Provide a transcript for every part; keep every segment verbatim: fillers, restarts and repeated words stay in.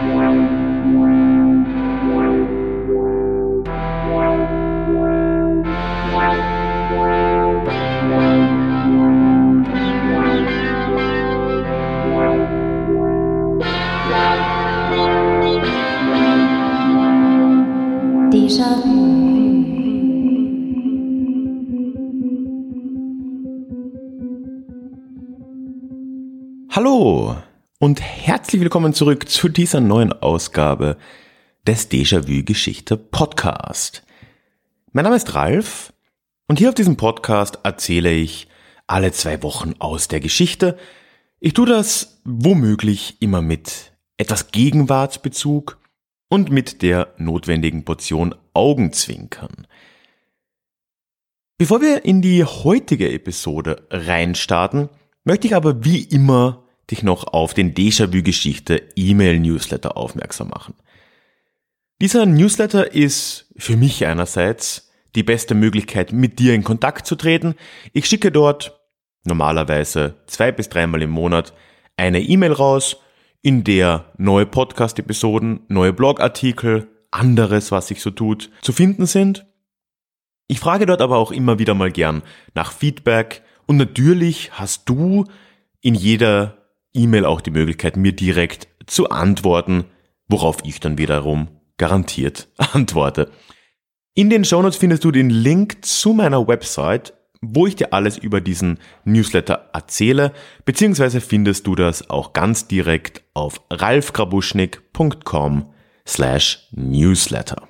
Hallo und herzlich willkommen zurück zu dieser neuen Ausgabe des Déjà-vu-Geschichte Podcast. Mein Name ist Ralf und hier auf diesem Podcast erzähle ich alle zwei Wochen aus der Geschichte. Ich tue das womöglich immer mit etwas Gegenwartsbezug und mit der notwendigen Portion Augenzwinkern. Bevor wir in die heutige Episode reinstarten, möchte ich aber wie immer dich noch auf den Déjà-vu-Geschichte E-Mail-Newsletter aufmerksam machen. Dieser Newsletter ist für mich einerseits die beste Möglichkeit, mit dir in Kontakt zu treten. Ich schicke dort normalerweise zwei bis dreimal im Monat eine E-Mail raus, in der neue Podcast-Episoden, neue Blogartikel, anderes, was sich so tut, zu finden sind. Ich frage dort aber auch immer wieder mal gern nach Feedback und natürlich hast du in jeder E-Mail auch die Möglichkeit, mir direkt zu antworten, worauf ich dann wiederum garantiert antworte. In den Shownotes findest du den Link zu meiner Website, wo ich dir alles über diesen Newsletter erzähle, beziehungsweise findest du das auch ganz direkt auf ralfgrabuschnik punkt com slash newsletter.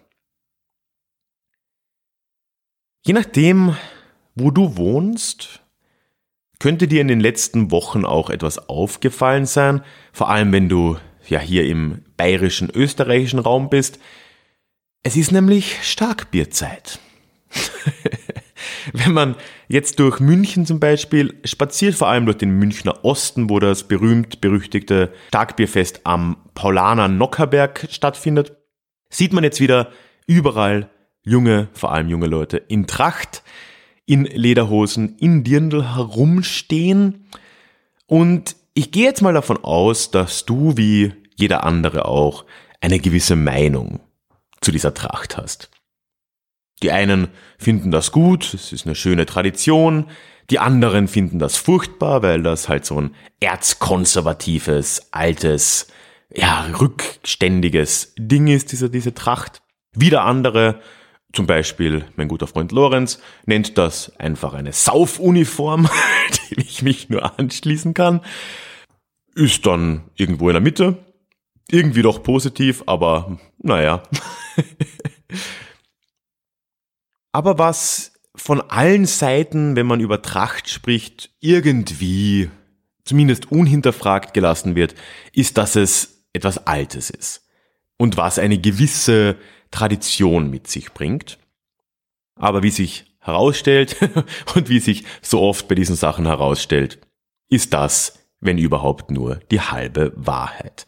Je nachdem, wo du wohnst, könnte dir in den letzten Wochen auch etwas aufgefallen sein, vor allem wenn du ja hier im bayerischen, österreichischen Raum bist. Es ist nämlich Starkbierzeit. Wenn man jetzt durch München zum Beispiel spaziert, vor allem durch den Münchner Osten, wo das berühmt-berüchtigte Starkbierfest am Paulaner Nockherberg stattfindet, sieht man jetzt wieder überall junge, vor allem junge Leute in Tracht, in Lederhosen, in Dirndl herumstehen. Und ich gehe jetzt mal davon aus, dass du, wie jeder andere auch, eine gewisse Meinung zu dieser Tracht hast. Die einen finden das gut, es ist eine schöne Tradition. Die anderen finden das furchtbar, weil das halt so ein erzkonservatives, altes, ja, rückständiges Ding ist, diese, diese Tracht. Wieder andere, zum Beispiel mein guter Freund Lorenz, nennt das einfach eine Saufuniform, die ich mich nur anschließen kann. Ist dann irgendwo in der Mitte. Irgendwie doch positiv, aber naja. Aber was von allen Seiten, wenn man über Tracht spricht, irgendwie, zumindest unhinterfragt gelassen wird, ist, dass es etwas Altes ist. Und was eine gewisse Tradition mit sich bringt. Aber wie sich herausstellt und wie sich so oft bei diesen Sachen herausstellt, ist das, wenn überhaupt, nur die halbe Wahrheit.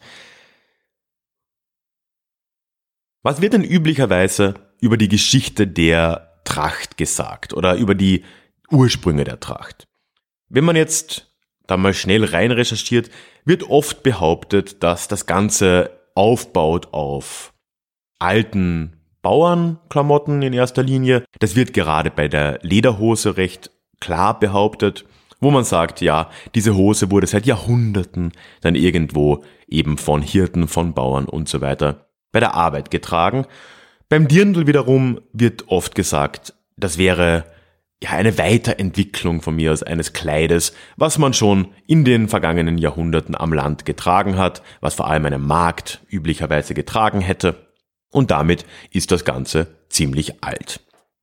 Was wird denn üblicherweise über die Geschichte der Tracht gesagt oder über die Ursprünge der Tracht? Wenn man jetzt da mal schnell rein recherchiert, wird oft behauptet, dass das Ganze aufbaut auf alten Bauernklamotten in erster Linie. Das wird gerade bei der Lederhose recht klar behauptet, wo man sagt, ja, diese Hose wurde seit Jahrhunderten dann irgendwo eben von Hirten, von Bauern und so weiter bei der Arbeit getragen. Beim Dirndl wiederum wird oft gesagt, das wäre ja eine Weiterentwicklung von mir aus eines Kleides, was man schon in den vergangenen Jahrhunderten am Land getragen hat, was vor allem eine Magd üblicherweise getragen hätte. Und damit ist das Ganze ziemlich alt.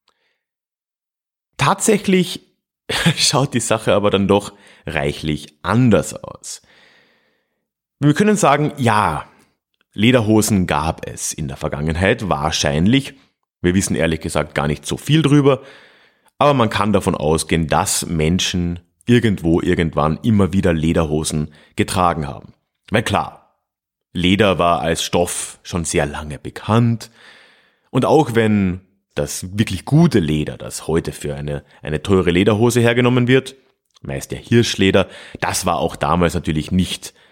Tatsächlich schaut die Sache aber dann doch reichlich anders aus. Wir können sagen, ja, Lederhosen gab es in der Vergangenheit wahrscheinlich. Wir wissen ehrlich gesagt gar nicht so viel drüber, aber man kann davon ausgehen, dass Menschen irgendwo irgendwann immer wieder Lederhosen getragen haben. Weil klar, Leder war als Stoff schon sehr lange bekannt und auch wenn das wirklich gute Leder, das heute für eine, eine teure Lederhose hergenommen wird, meist der Hirschleder, das war auch damals natürlich nicht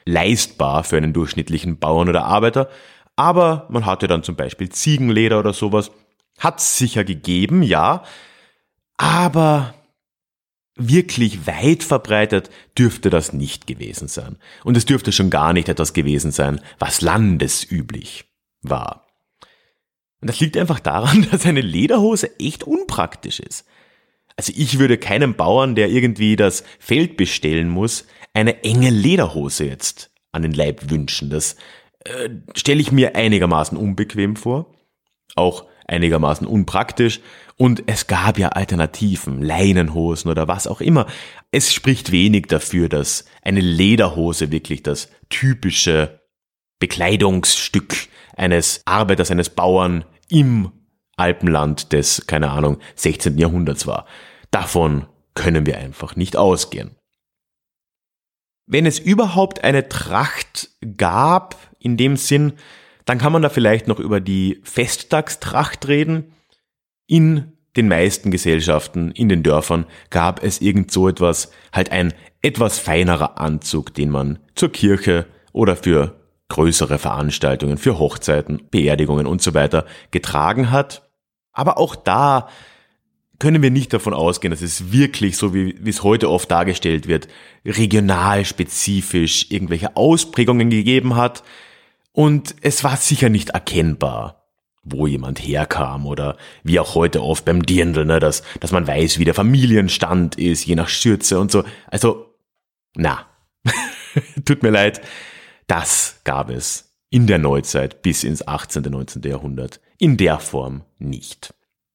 leistbar für einen durchschnittlichen Bauern oder Arbeiter, aber man hatte dann zum Beispiel Ziegenleder oder sowas. Hat es sicher gegeben, ja, aber wirklich weit verbreitet dürfte das nicht gewesen sein. Und es dürfte schon gar nicht etwas gewesen sein, was landesüblich war. Und das liegt einfach daran, dass eine Lederhose echt unpraktisch ist. Also ich würde keinem Bauern, der irgendwie das Feld bestellen muss, eine enge Lederhose jetzt an den Leib wünschen. Das äh, stelle ich mir einigermaßen unbequem vor, auch einigermaßen unpraktisch. Und es gab ja Alternativen, Leinenhosen oder was auch immer. Es spricht wenig dafür, dass eine Lederhose wirklich das typische Bekleidungsstück eines Arbeiters, eines Bauern im Alpenland des, keine Ahnung, sechzehnten Jahrhunderts war. Davon können wir einfach nicht ausgehen. Wenn es überhaupt eine Tracht gab, in dem Sinn, dann kann man da vielleicht noch über die Festtagstracht reden. In den meisten Gesellschaften, in den Dörfern gab es irgend so etwas, halt ein etwas feinerer Anzug, den man zur Kirche oder für größere Veranstaltungen, für Hochzeiten, Beerdigungen und so weiter getragen hat. Aber auch da können wir nicht davon ausgehen, dass es wirklich, so wie, wie es heute oft dargestellt wird, regional spezifisch irgendwelche Ausprägungen gegeben hat. Und es war sicher nicht erkennbar, wo jemand herkam oder wie auch heute oft beim Dirndl, ne, dass, dass man weiß, wie der Familienstand ist, je nach Schürze und so. Also, na, tut mir leid, das gab es in der Neuzeit bis ins achtzehnten, neunzehnten Jahrhundert in der Form nicht.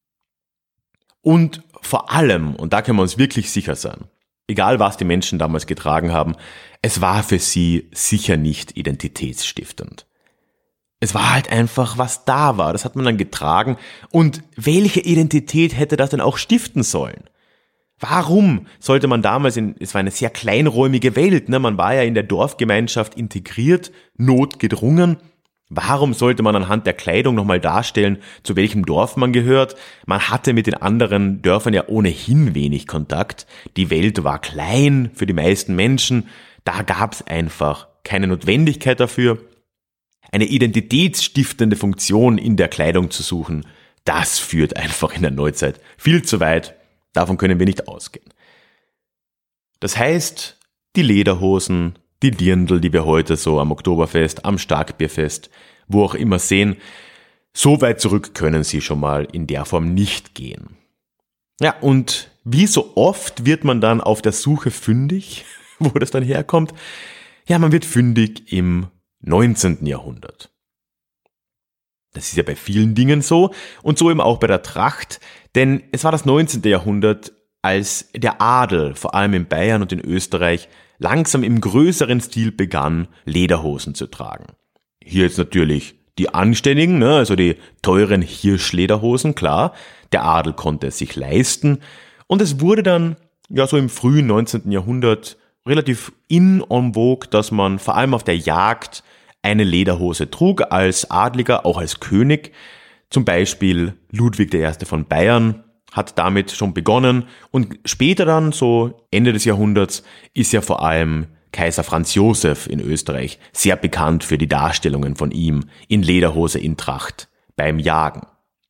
Und vor allem, und da können wir uns wirklich sicher sein, egal was die Menschen damals getragen haben, es war für sie sicher nicht identitätsstiftend. Es war halt einfach, was da war, das hat man dann getragen. Und welche Identität hätte das denn auch stiften sollen? Warum sollte man damals, in, es war eine sehr kleinräumige Welt, ne? Man war ja in der Dorfgemeinschaft integriert, notgedrungen. Warum sollte man anhand der Kleidung nochmal darstellen, zu welchem Dorf man gehört? Man hatte mit den anderen Dörfern ja ohnehin wenig Kontakt. Die Welt war klein für die meisten Menschen. Da gab es einfach keine Notwendigkeit dafür. Eine identitätsstiftende Funktion in der Kleidung zu suchen, das führt einfach in der Neuzeit viel zu weit. Davon können wir nicht ausgehen. Das heißt, die Lederhosen, die Dirndl, die wir heute so am Oktoberfest, am Starkbierfest, wo auch immer sehen, so weit zurück können sie schon mal in der Form nicht gehen. Ja, und wie so oft wird man dann auf der Suche fündig, wo das dann herkommt. Ja, man wird fündig im neunzehnten Jahrhundert. Das ist ja bei vielen Dingen so und so eben auch bei der Tracht, denn es war das neunzehnte Jahrhundert, als der Adel, vor allem in Bayern und in Österreich, langsam im größeren Stil begann, Lederhosen zu tragen. Hier jetzt natürlich die anständigen, ne, also die teuren Hirschlederhosen, klar, der Adel konnte es sich leisten und es wurde dann ja so im frühen neunzehnten Jahrhundert relativ in en vogue, dass man vor allem auf der Jagd eine Lederhose trug als Adliger, auch als König. Zum Beispiel Ludwig der Erste von Bayern hat damit schon begonnen und später dann, so Ende des Jahrhunderts, ist ja vor allem Kaiser Franz Josef in Österreich sehr bekannt für die Darstellungen von ihm in Lederhose in Tracht beim Jagen.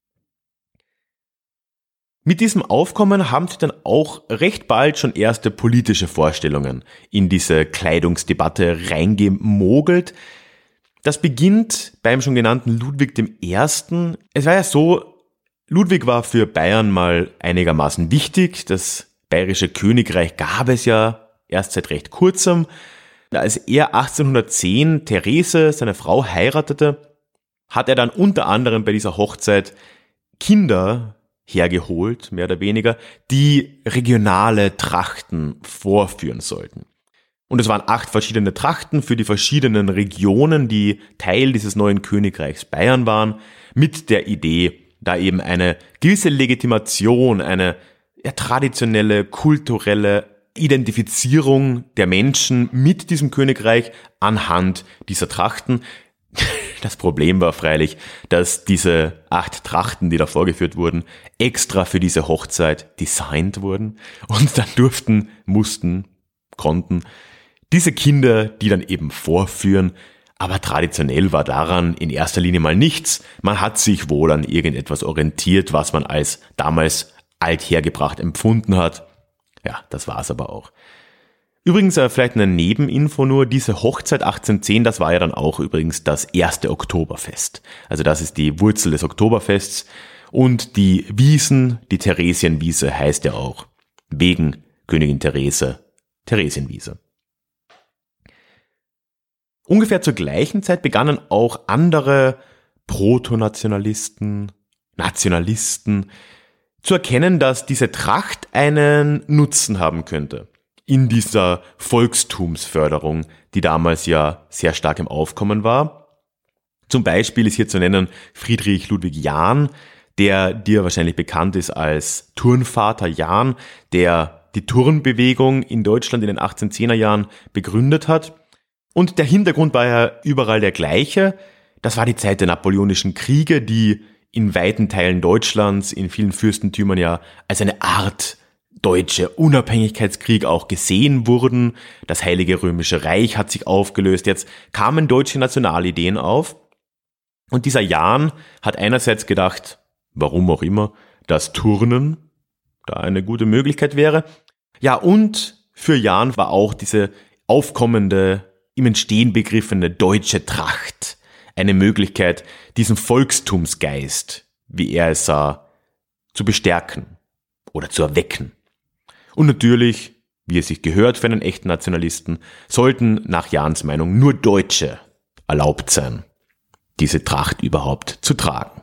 Mit diesem Aufkommen haben sich dann auch recht bald schon erste politische Vorstellungen in diese Kleidungsdebatte reingemogelt. Das beginnt beim schon genannten Ludwig dem Ersten. Es war ja so, Ludwig war für Bayern mal einigermaßen wichtig. Das bayerische Königreich gab es ja erst seit recht kurzem. Als er achtzehnhundertzehn Therese, seine Frau, heiratete, hat er dann unter anderem bei dieser Hochzeit Kinder hergeholt, mehr oder weniger, die regionale Trachten vorführen sollten. Und es waren acht verschiedene Trachten für die verschiedenen Regionen, die Teil dieses neuen Königreichs Bayern waren, mit der Idee, da eben eine gewisse Legitimation, eine ja, traditionelle, kulturelle Identifizierung der Menschen mit diesem Königreich anhand dieser Trachten. Das Problem war freilich, dass diese acht Trachten, die da vorgeführt wurden, extra für diese Hochzeit designt wurden und dann durften, mussten, konnten diese Kinder, die dann eben vorführen, aber traditionell war daran in erster Linie mal nichts. Man hat sich wohl an irgendetwas orientiert, was man als damals althergebracht empfunden hat. Ja, das war's aber auch. Übrigens, äh, vielleicht eine Nebeninfo nur, diese Hochzeit achtzehnhundertzehn, das war ja dann auch übrigens das erste Oktoberfest. Also das ist die Wurzel des Oktoberfests. Und die Wiesen, die Theresienwiese heißt ja auch wegen Königin Therese Theresienwiese. Ungefähr zur gleichen Zeit begannen auch andere Protonationalisten, Nationalisten zu erkennen, dass diese Tracht einen Nutzen haben könnte in dieser Volkstumsförderung, die damals ja sehr stark im Aufkommen war. Zum Beispiel ist hier zu nennen Friedrich Ludwig Jahn, der dir wahrscheinlich bekannt ist als Turnvater Jahn, der die Turnbewegung in Deutschland in den achtzehnhundertzehner Jahren begründet hat. Und der Hintergrund war ja überall der gleiche. Das war die Zeit der Napoleonischen Kriege, die in weiten Teilen Deutschlands, in vielen Fürstentümern ja als eine Art deutsche Unabhängigkeitskrieg auch gesehen wurden. Das Heilige Römische Reich hat sich aufgelöst. Jetzt kamen deutsche Nationalideen auf. Und dieser Jahn hat einerseits gedacht, warum auch immer, dass Turnen da eine gute Möglichkeit wäre. Ja, und für Jahn war auch diese aufkommende, im Entstehen begriffene deutsche Tracht eine Möglichkeit, diesen Volkstumsgeist, wie er es sah, zu bestärken oder zu erwecken. Und natürlich, wie es sich gehört für einen echten Nationalisten, sollten nach Jahns Meinung nur Deutsche erlaubt sein, diese Tracht überhaupt zu tragen.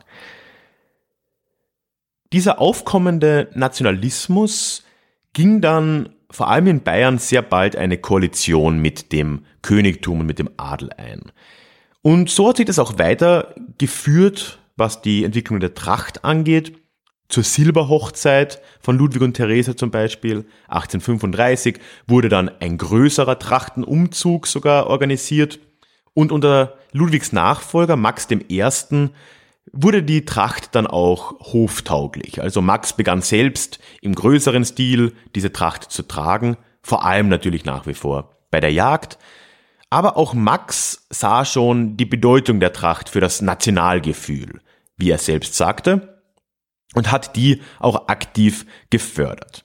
Dieser aufkommende Nationalismus ging dann vor allem in Bayern sehr bald eine Koalition mit dem Königtum und mit dem Adel ein. Und so hat sich das auch weitergeführt, was die Entwicklung der Tracht angeht. Zur Silberhochzeit von Ludwig und Therese zum Beispiel, achtzehnhundertfünfunddreißig, wurde dann ein größerer Trachtenumzug sogar organisiert. Und unter Ludwigs Nachfolger Max der Erste wurde die Tracht dann auch hoftauglich. Also Max begann selbst im größeren Stil diese Tracht zu tragen, vor allem natürlich nach wie vor bei der Jagd. Aber auch Max sah schon die Bedeutung der Tracht für das Nationalgefühl, wie er selbst sagte, und hat die auch aktiv gefördert.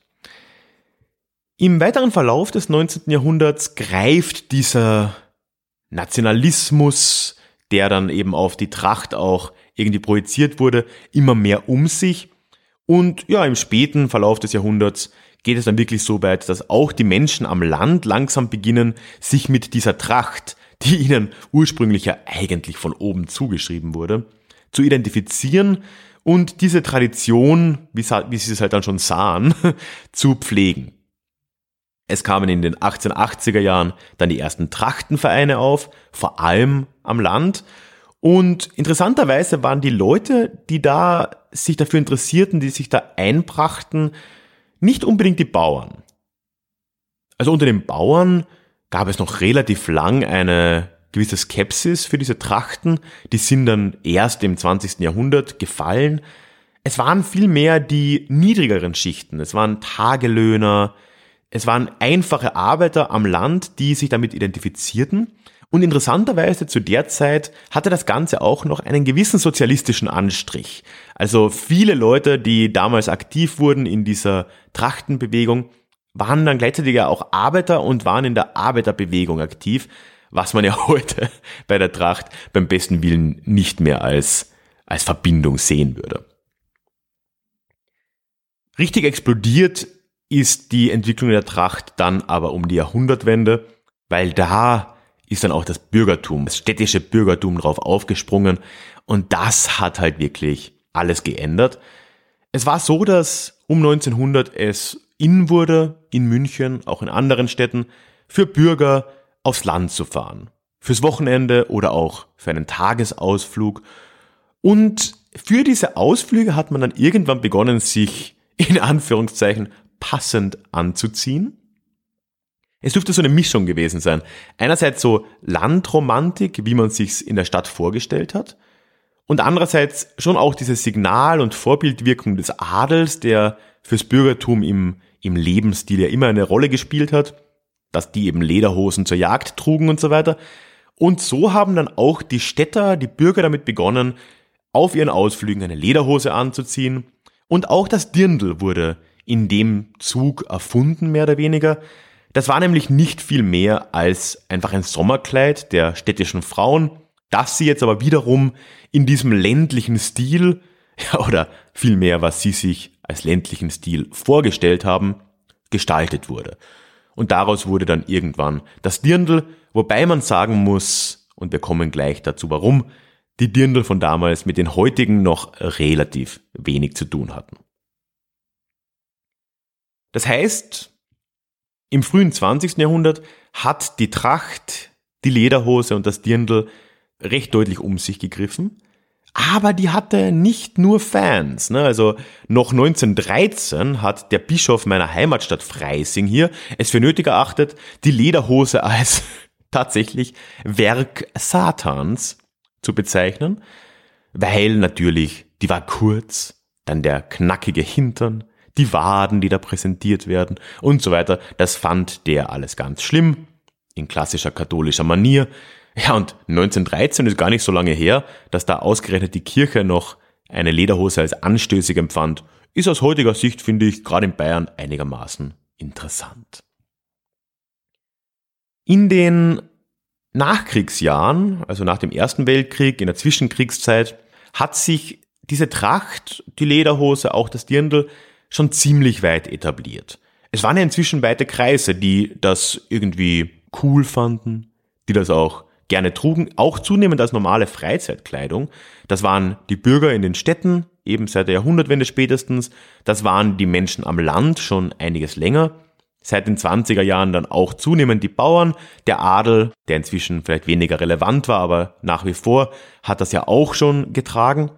Im weiteren Verlauf des neunzehnten Jahrhunderts greift dieser Nationalismus, der dann eben auf die Tracht auch irgendwie projiziert wurde, immer mehr um sich. Und ja, im späten Verlauf des Jahrhunderts geht es dann wirklich so weit, dass auch die Menschen am Land langsam beginnen, sich mit dieser Tracht, die ihnen ursprünglich ja eigentlich von oben zugeschrieben wurde, zu identifizieren und diese Tradition, wie sie es halt dann schon sahen, zu pflegen. Es kamen in den achtzehnhundertachtziger Jahren dann die ersten Trachtenvereine auf, vor allem am Land. Und interessanterweise waren die Leute, die da sich dafür interessierten, die sich da einbrachten, nicht unbedingt die Bauern. Also unter den Bauern gab es noch relativ lang eine gewisse Skepsis für diese Trachten. Die sind dann erst im zwanzigsten Jahrhundert gefallen. Es waren vielmehr die niedrigeren Schichten. Es waren Tagelöhner, es waren einfache Arbeiter am Land, die sich damit identifizierten. Und interessanterweise zu der Zeit hatte das Ganze auch noch einen gewissen sozialistischen Anstrich. Also viele Leute, die damals aktiv wurden in dieser Trachtenbewegung, waren dann gleichzeitig ja auch Arbeiter und waren in der Arbeiterbewegung aktiv, was man ja heute bei der Tracht beim besten Willen nicht mehr als, als Verbindung sehen würde. Richtig explodiert ist die Entwicklung der Tracht dann aber um die Jahrhundertwende, weil da ist dann auch das Bürgertum, das städtische Bürgertum drauf aufgesprungen und das hat halt wirklich alles geändert. Es war so, dass um neunzehnhundert es in wurde, in München, auch in anderen Städten, für Bürger aufs Land zu fahren. Fürs Wochenende oder auch für einen Tagesausflug. Und für diese Ausflüge hat man dann irgendwann begonnen, sich in Anführungszeichen passend anzuziehen. Es dürfte so eine Mischung gewesen sein. Einerseits so Landromantik, wie man sich's in der Stadt vorgestellt hat. Und andererseits schon auch diese Signal- und Vorbildwirkung des Adels, der fürs Bürgertum im, im Lebensstil ja immer eine Rolle gespielt hat. dass die eben Lederhosen zur Jagd trugen und so weiter. Und so haben dann auch die Städter, die Bürger damit begonnen, auf ihren Ausflügen eine Lederhose anzuziehen. Und auch das Dirndl wurde in dem Zug erfunden, mehr oder weniger. Das war nämlich nicht viel mehr als einfach ein Sommerkleid der städtischen Frauen, das sie jetzt aber wiederum in diesem ländlichen Stil, ja, oder vielmehr, was sie sich als ländlichen Stil vorgestellt haben, gestaltet wurde. Und daraus wurde dann irgendwann das Dirndl, wobei man sagen muss, und wir kommen gleich dazu warum, die Dirndl von damals mit den heutigen noch relativ wenig zu tun hatten. Das heißt, im frühen zwanzigsten Jahrhundert hat die Tracht, die Lederhose und das Dirndl recht deutlich um sich gegriffen. Aber die hatte nicht nur Fans. Ne? Also noch neunzehnhundertdreizehn hat der Bischof meiner Heimatstadt Freising hier es für nötig erachtet, die Lederhose als tatsächlich Werk Satans zu bezeichnen, weil natürlich, die war kurz, dann der knackige Hintern, die Waden, die da präsentiert werden und so weiter. Das fand der alles ganz schlimm, in klassischer katholischer Manier. Ja, und neunzehnhundertdreizehn ist gar nicht so lange her, dass da ausgerechnet die Kirche noch eine Lederhose als anstößig empfand, ist aus heutiger Sicht, finde ich, gerade in Bayern einigermaßen interessant. In den Nachkriegsjahren, also nach dem Ersten Weltkrieg, in der Zwischenkriegszeit, hat sich diese Tracht, die Lederhose, auch das Dirndl, schon ziemlich weit etabliert. Es waren ja inzwischen weite Kreise, die das irgendwie cool fanden, die das auch gerne trugen, auch zunehmend als normale Freizeitkleidung. Das waren die Bürger in den Städten, eben seit der Jahrhundertwende spätestens. Das waren die Menschen am Land schon einiges länger. Seit den zwanziger Jahren dann auch zunehmend die Bauern. Der Adel, der inzwischen vielleicht weniger relevant war, aber nach wie vor hat das ja auch schon getragen.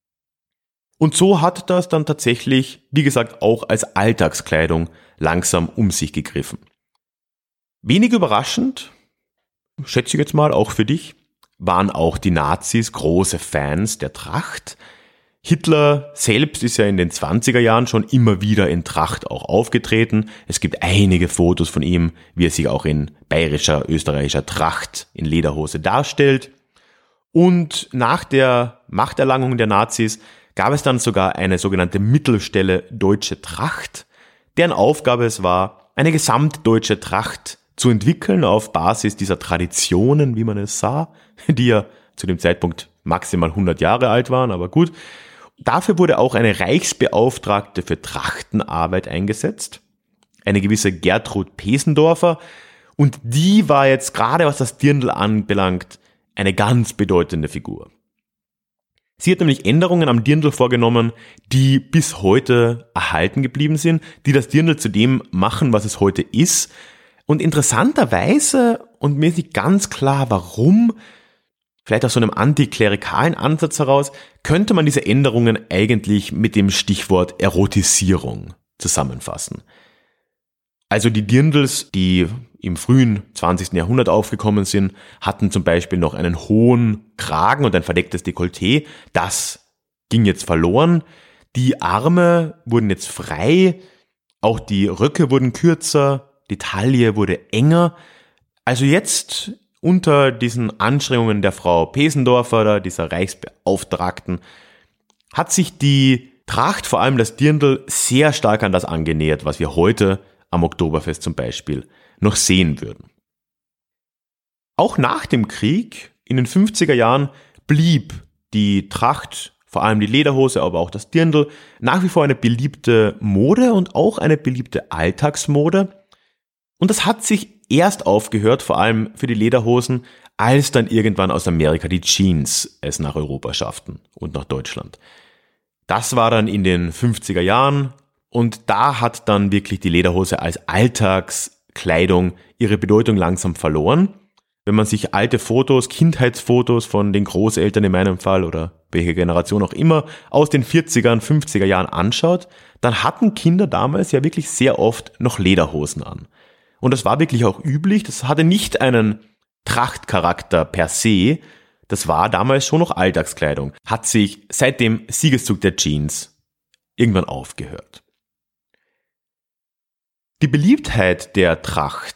Und so hat das dann tatsächlich, wie gesagt, auch als Alltagskleidung langsam um sich gegriffen. Wenig überraschend, schätze ich jetzt mal auch für dich, waren auch die Nazis große Fans der Tracht. Hitler selbst ist ja in den zwanziger Jahren schon immer wieder in Tracht auch aufgetreten. Es gibt einige Fotos von ihm, wie er sich auch in bayerischer, österreichischer Tracht in Lederhose darstellt. Und nach der Machterlangung der Nazis gab es dann sogar eine sogenannte Mittelstelle Deutsche Tracht, deren Aufgabe es war, eine gesamtdeutsche Tracht zu entwickeln auf Basis dieser Traditionen, wie man es sah, die ja zu dem Zeitpunkt maximal hundert Jahre alt waren, aber gut. Dafür wurde auch eine Reichsbeauftragte für Trachtenarbeit eingesetzt, eine gewisse Gertrud Pesendorfer, und die war jetzt gerade, was das Dirndl anbelangt, eine ganz bedeutende Figur. Sie hat nämlich Änderungen am Dirndl vorgenommen, die bis heute erhalten geblieben sind, die das Dirndl zu dem machen, was es heute ist. Und interessanterweise, und mir ist nicht ganz klar, warum, vielleicht aus so einem antiklerikalen Ansatz heraus, könnte man diese Änderungen eigentlich mit dem Stichwort Erotisierung zusammenfassen. Also die Dirndls, die im frühen zwanzigsten Jahrhundert aufgekommen sind, hatten zum Beispiel noch einen hohen Kragen und ein verdecktes Dekolleté. Das ging jetzt verloren. Die Arme wurden jetzt frei, auch die Röcke wurden kürzer, die Taille wurde enger. Also jetzt unter diesen Anstrengungen der Frau Pesendorfer oder dieser Reichsbeauftragten hat sich die Tracht, vor allem das Dirndl, sehr stark an das angenähert, was wir heute am Oktoberfest zum Beispiel noch sehen würden. Auch nach dem Krieg, in den fünfziger Jahren, blieb die Tracht, vor allem die Lederhose, aber auch das Dirndl, nach wie vor eine beliebte Mode und auch eine beliebte Alltagsmode. Und das hat sich erst aufgehört, vor allem für die Lederhosen, als dann irgendwann aus Amerika die Jeans es nach Europa schafften und nach Deutschland. Das war dann in den fünfziger Jahren und da hat dann wirklich die Lederhose als Alltagskleidung ihre Bedeutung langsam verloren. Wenn man sich alte Fotos, Kindheitsfotos von den Großeltern in meinem Fall oder welche Generation auch immer aus den vierziger, fünfziger Jahren anschaut, dann hatten Kinder damals ja wirklich sehr oft noch Lederhosen an. Und das war wirklich auch üblich, das hatte nicht einen Trachtcharakter per se, das war damals schon noch Alltagskleidung, hat sich seit dem Siegeszug der Jeans irgendwann aufgehört. Die Beliebtheit der Tracht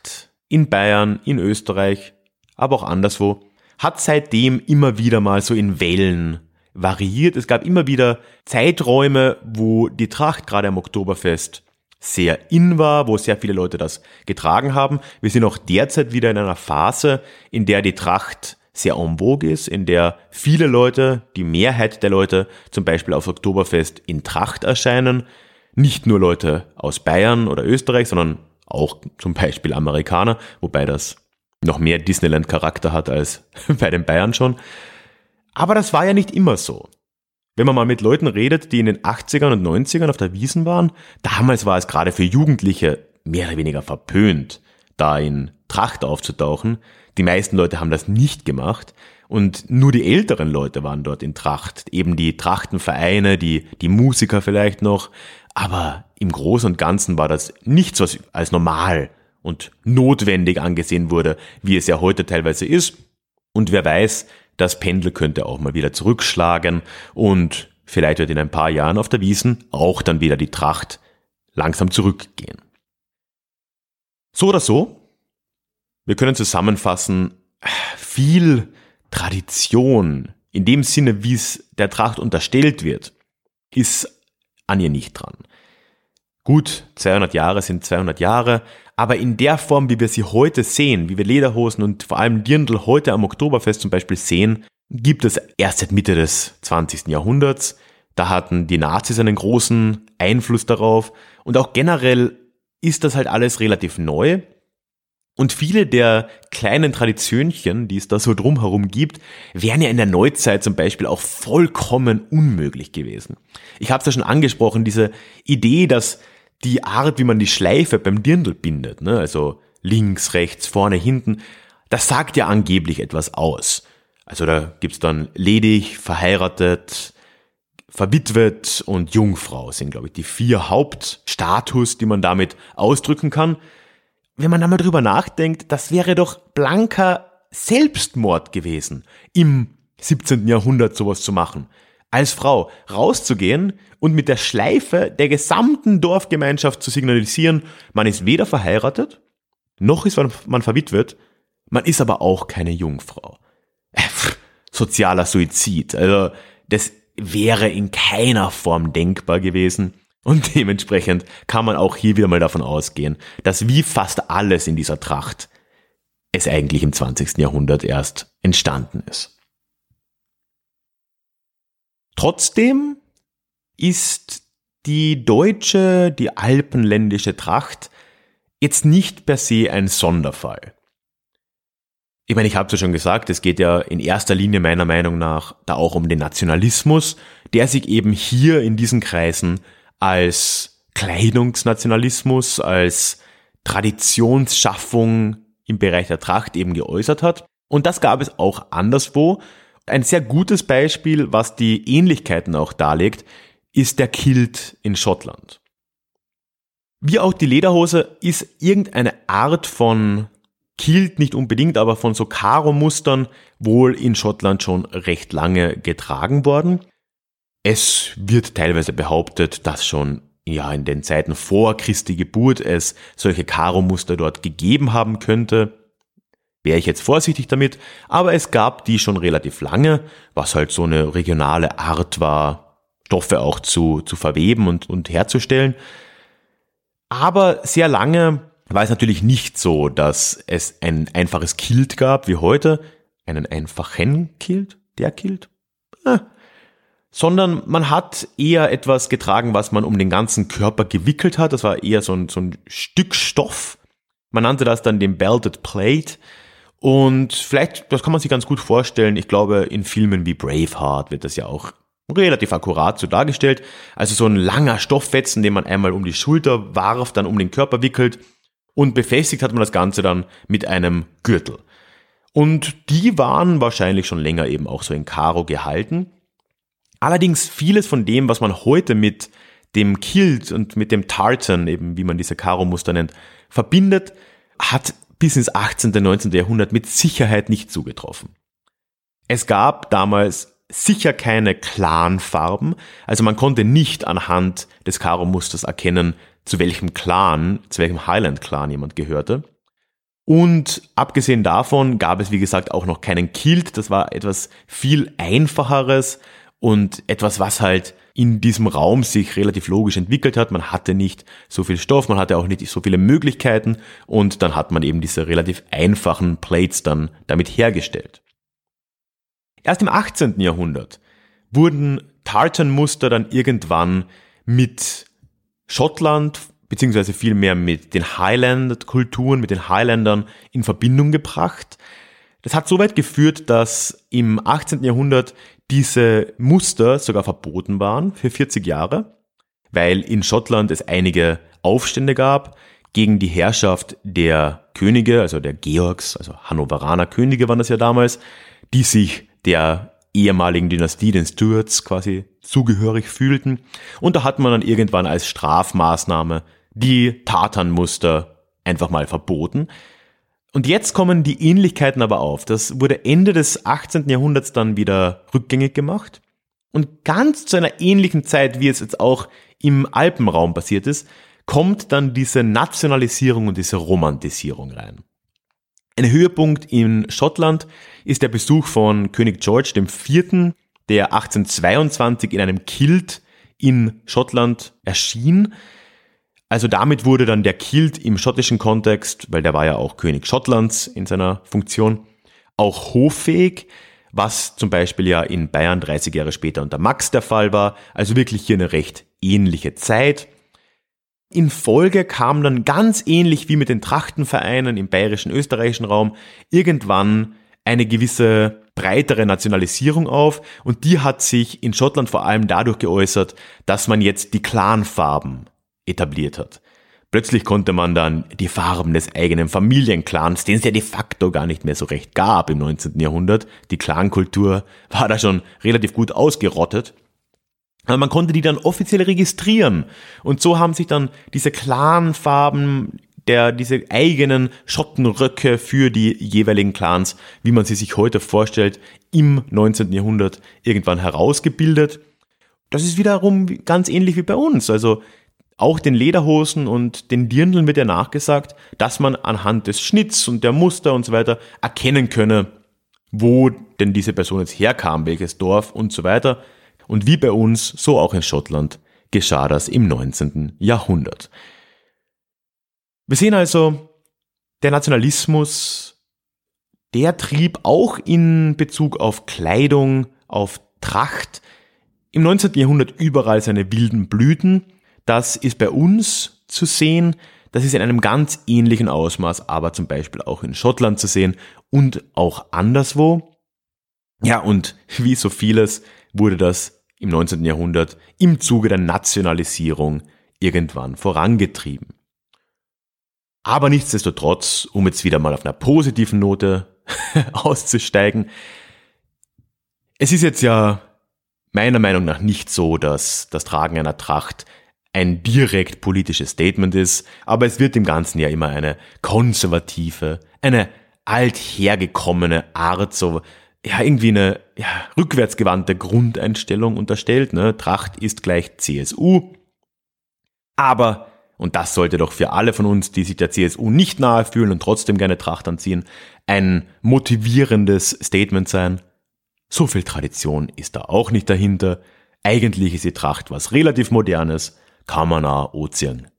in Bayern, in Österreich, aber auch anderswo, hat seitdem immer wieder mal so in Wellen variiert. Es gab immer wieder Zeiträume, wo die Tracht gerade am Oktoberfest sehr in war, wo sehr viele Leute das getragen haben. Wir sind auch derzeit wieder in einer Phase, in der die Tracht sehr en vogue ist, in der viele Leute, die Mehrheit der Leute zum Beispiel auf Oktoberfest in Tracht erscheinen. Nicht nur Leute aus Bayern oder Österreich, sondern auch zum Beispiel Amerikaner, wobei das noch mehr Disneyland-Charakter hat als bei den Bayern schon. Aber das war ja nicht immer so. Wenn man mal mit Leuten redet, die in den achtzigern und neunzigern auf der Wiesn waren, damals war es gerade für Jugendliche mehr oder weniger verpönt, da in Tracht aufzutauchen. Die meisten Leute haben das nicht gemacht und nur die älteren Leute waren dort in Tracht. Eben die Trachtenvereine, die, die Musiker vielleicht noch. Aber im Großen und Ganzen war das nichts, was als normal und notwendig angesehen wurde, wie es ja heute teilweise ist. Und wer weiß, das Pendel könnte auch mal wieder zurückschlagen und vielleicht wird in ein paar Jahren auf der Wiesn auch dann wieder die Tracht langsam zurückgehen. So oder so, wir können zusammenfassen, viel Tradition in dem Sinne, wie es der Tracht unterstellt wird, ist an ihr nicht dran. Gut, zweihundert Jahre sind zweihundert Jahre, aber in der Form, wie wir sie heute sehen, wie wir Lederhosen und vor allem Dirndl heute am Oktoberfest zum Beispiel sehen, gibt es erst seit Mitte des zwanzigsten Jahrhunderts. Da hatten die Nazis einen großen Einfluss darauf und auch generell ist das halt alles relativ neu. Und viele der kleinen Traditionchen, die es da so drumherum gibt, wären ja in der Neuzeit zum Beispiel auch vollkommen unmöglich gewesen. Ich habe es ja schon angesprochen, diese Idee, dass die Art, wie man die Schleife beim Dirndl bindet, ne, also links, rechts, vorne, hinten, das sagt ja angeblich etwas aus. Also da gibt's dann ledig, verheiratet, verwitwet und Jungfrau sind, glaube ich, die vier Hauptstatus, die man damit ausdrücken kann. Wenn man da mal drüber nachdenkt, das wäre doch blanker Selbstmord gewesen, im siebzehnten Jahrhundert sowas zu machen. Als Frau rauszugehen und mit der Schleife der gesamten Dorfgemeinschaft zu signalisieren, man ist weder verheiratet, noch ist man verwitwet, man ist aber auch keine Jungfrau. Äh, pff, sozialer Suizid, also das wäre in keiner Form denkbar gewesen. Und dementsprechend kann man auch hier wieder mal davon ausgehen, dass wie fast alles in dieser Tracht es eigentlich im zwanzigsten Jahrhundert erst entstanden ist. Trotzdem ist die deutsche, die alpenländische Tracht jetzt nicht per se ein Sonderfall. Ich meine, ich habe es ja schon gesagt, es geht ja in erster Linie meiner Meinung nach da auch um den Nationalismus, der sich eben hier in diesen Kreisen als Kleidungsnationalismus, als Traditionsschaffung im Bereich der Tracht eben geäußert hat. Und das gab es auch anderswo. Ein sehr gutes Beispiel, was die Ähnlichkeiten auch darlegt, ist der Kilt in Schottland. Wie auch die Lederhose ist irgendeine Art von Kilt, nicht unbedingt, aber von so Karo-Mustern wohl in Schottland schon recht lange getragen worden. Es wird teilweise behauptet, dass schon ja in den Zeiten vor Christi Geburt es solche Karo-Muster dort gegeben haben könnte. Wäre ich jetzt vorsichtig damit, aber es gab die schon relativ lange, was halt so eine regionale Art war, Stoffe auch zu, zu verweben und, und herzustellen. Aber sehr lange war es natürlich nicht so, dass es ein einfaches Kilt gab wie heute, einen einfachen Kilt, der Kilt, ah. sondern man hat eher etwas getragen, was man um den ganzen Körper gewickelt hat. Das war eher so ein, so ein Stück Stoff. Man nannte das dann den Belted Plate. Und vielleicht, das kann man sich ganz gut vorstellen, ich glaube, in Filmen wie Braveheart wird das ja auch relativ akkurat so dargestellt. Also so ein langer Stofffetzen, den man einmal um die Schulter warf, dann um den Körper wickelt und befestigt hat man das Ganze dann mit einem Gürtel. Und die waren wahrscheinlich schon länger eben auch so in Karo gehalten. Allerdings vieles von dem, was man heute mit dem Kilt und mit dem Tartan, eben wie man diese Karo-Muster nennt, verbindet, hat bis ins achtzehnten, neunzehnten Jahrhundert mit Sicherheit nicht zugetroffen. Es gab damals sicher keine klaren Farben, also man konnte nicht anhand des Karo-Musters erkennen, zu welchem Clan, zu welchem Highland-Clan jemand gehörte. Und abgesehen davon gab es, wie gesagt, auch noch keinen Kilt. Das war etwas viel Einfacheres und etwas, was halt in diesem Raum sich relativ logisch entwickelt hat. Man hatte nicht so viel Stoff, man hatte auch nicht so viele Möglichkeiten und dann hat man eben diese relativ einfachen Plates dann damit hergestellt. Erst im achtzehnten Jahrhundert wurden Tartanmuster dann irgendwann mit Schottland beziehungsweise vielmehr mit den Highland-Kulturen, mit den Highlandern in Verbindung gebracht. Das hat so weit geführt, dass im achtzehnten Jahrhundert diese Muster sogar verboten waren für vierzig Jahre, weil in Schottland es einige Aufstände gab gegen die Herrschaft der Könige, also der Georgs, also Hannoveraner Könige waren das ja damals, die sich der ehemaligen Dynastie, den Stuarts, quasi zugehörig fühlten. Und da hat man dann irgendwann als Strafmaßnahme die Tartanmuster einfach mal verboten. Und jetzt kommen die Ähnlichkeiten aber auf. Das wurde Ende des achtzehnten Jahrhunderts dann wieder rückgängig gemacht. Und ganz zu einer ähnlichen Zeit, wie es jetzt auch im Alpenraum passiert ist, kommt dann diese Nationalisierung und diese Romantisierung rein. Ein Höhepunkt in Schottland ist der Besuch von König George der Vierte., der achtzehnhundertzweiundzwanzig in einem Kilt in Schottland erschien. Also damit wurde dann der Kilt im schottischen Kontext, weil der war ja auch König Schottlands in seiner Funktion, auch hoffähig, was zum Beispiel ja in Bayern dreißig Jahre später unter Max der Fall war. Also wirklich hier eine recht ähnliche Zeit. In Folge kam dann ganz ähnlich wie mit den Trachtenvereinen im bayerischen, österreichischen Raum irgendwann eine gewisse breitere Nationalisierung auf und die hat sich in Schottland vor allem dadurch geäußert, dass man jetzt die Clanfarben etabliert hat. Plötzlich konnte man dann die Farben des eigenen Familienclans, den es ja de facto gar nicht mehr so recht gab im neunzehnten Jahrhundert, die Clankultur war da schon relativ gut ausgerottet, aber man konnte die dann offiziell registrieren und so haben sich dann diese Clanfarben, der diese eigenen Schottenröcke für die jeweiligen Clans, wie man sie sich heute vorstellt, im neunzehnten Jahrhundert irgendwann herausgebildet. Das ist wiederum ganz ähnlich wie bei uns, also auch den Lederhosen und den Dirndln wird ja nachgesagt, dass man anhand des Schnitts und der Muster und so weiter erkennen könne, wo denn diese Person jetzt herkam, welches Dorf und so weiter. Und wie bei uns, so auch in Schottland, geschah das im neunzehnten Jahrhundert. Wir sehen also, der Nationalismus, der trieb auch in Bezug auf Kleidung, auf Tracht, im neunzehnten Jahrhundert überall seine wilden Blüten. Das ist bei uns zu sehen, das ist in einem ganz ähnlichen Ausmaß, aber zum Beispiel auch in Schottland zu sehen und auch anderswo. Ja, und wie so vieles wurde das im neunzehnten Jahrhundert im Zuge der Nationalisierung irgendwann vorangetrieben. Aber nichtsdestotrotz, um jetzt wieder mal auf einer positiven Note auszusteigen, es ist jetzt ja meiner Meinung nach nicht so, dass das Tragen einer Tracht ein direkt politisches Statement ist, aber es wird dem Ganzen ja immer eine konservative, eine althergekommene Art, so ja irgendwie eine ja, rückwärtsgewandte Grundeinstellung unterstellt. Ne? Tracht ist gleich C S U, aber, und das sollte doch für alle von uns, die sich der C S U nicht nahe fühlen und trotzdem gerne Tracht anziehen, ein motivierendes Statement sein. So viel Tradition ist da auch nicht dahinter. Eigentlich ist die Tracht was relativ Modernes, kann man auch Ozean.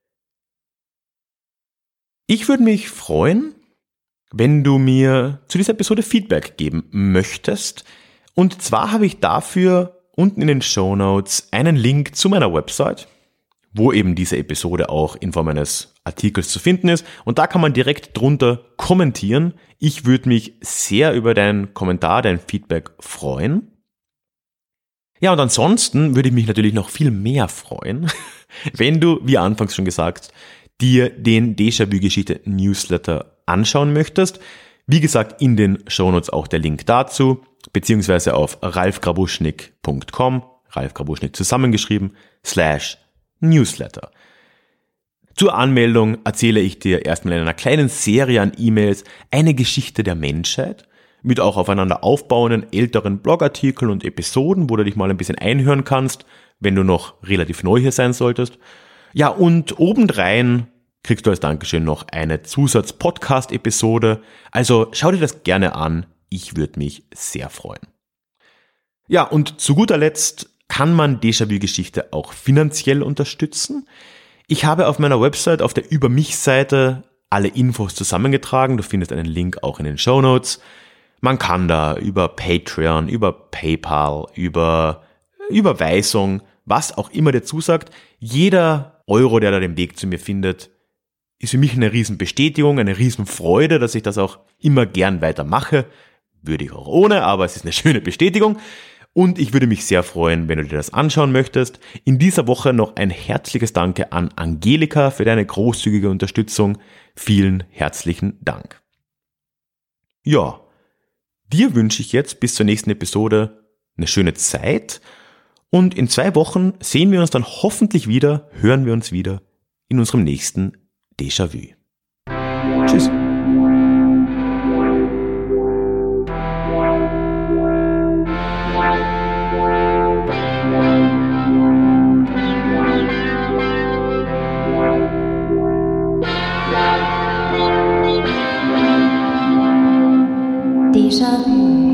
Ich würde mich freuen, wenn du mir zu dieser Episode Feedback geben möchtest. Und zwar habe ich dafür unten in den Shownotes einen Link zu meiner Website, wo eben diese Episode auch in Form eines Artikels zu finden ist. Und da kann man direkt drunter kommentieren. Ich würde mich sehr über deinen Kommentar, dein Feedback freuen. Ja, und ansonsten würde ich mich natürlich noch viel mehr freuen, wenn du, wie anfangs schon gesagt, dir den Déjà-vu-Geschichte-Newsletter anschauen möchtest. Wie gesagt, in den Shownotes auch der Link dazu, beziehungsweise auf ralfgrabuschnik punkt com, Ralf Grabuschnik zusammengeschrieben, slash Newsletter. Zur Anmeldung erzähle ich dir erstmal in einer kleinen Serie an E-Mails eine Geschichte der Menschheit, mit auch aufeinander aufbauenden älteren Blogartikeln und Episoden, wo du dich mal ein bisschen einhören kannst, wenn du noch relativ neu hier sein solltest. Ja, und obendrein kriegst du als Dankeschön noch eine Zusatz-Podcast-Episode. Also schau dir das gerne an. Ich würde mich sehr freuen. Ja, und zu guter Letzt kann man Déjà-vu-Geschichte auch finanziell unterstützen. Ich habe auf meiner Website auf der Über mich-Seite alle Infos zusammengetragen. Du findest einen Link auch in den Shownotes. Man kann da über Patreon, über PayPal, über Überweisung, was auch immer dir zusagt. Jeder Euro, der da den Weg zu mir findet, ist für mich eine Riesenbestätigung, eine Riesenfreude, dass ich das auch immer gern weitermache. Würde ich auch ohne, aber es ist eine schöne Bestätigung. Und ich würde mich sehr freuen, wenn du dir das anschauen möchtest. In dieser Woche noch ein herzliches Danke an Angelika für deine großzügige Unterstützung. Vielen herzlichen Dank. Ja, dir wünsche ich jetzt bis zur nächsten Episode eine schöne Zeit. Und in zwei Wochen sehen wir uns dann hoffentlich wieder, hören wir uns wieder in unserem nächsten Déjà-vu. Tschüss. Déjà-vu.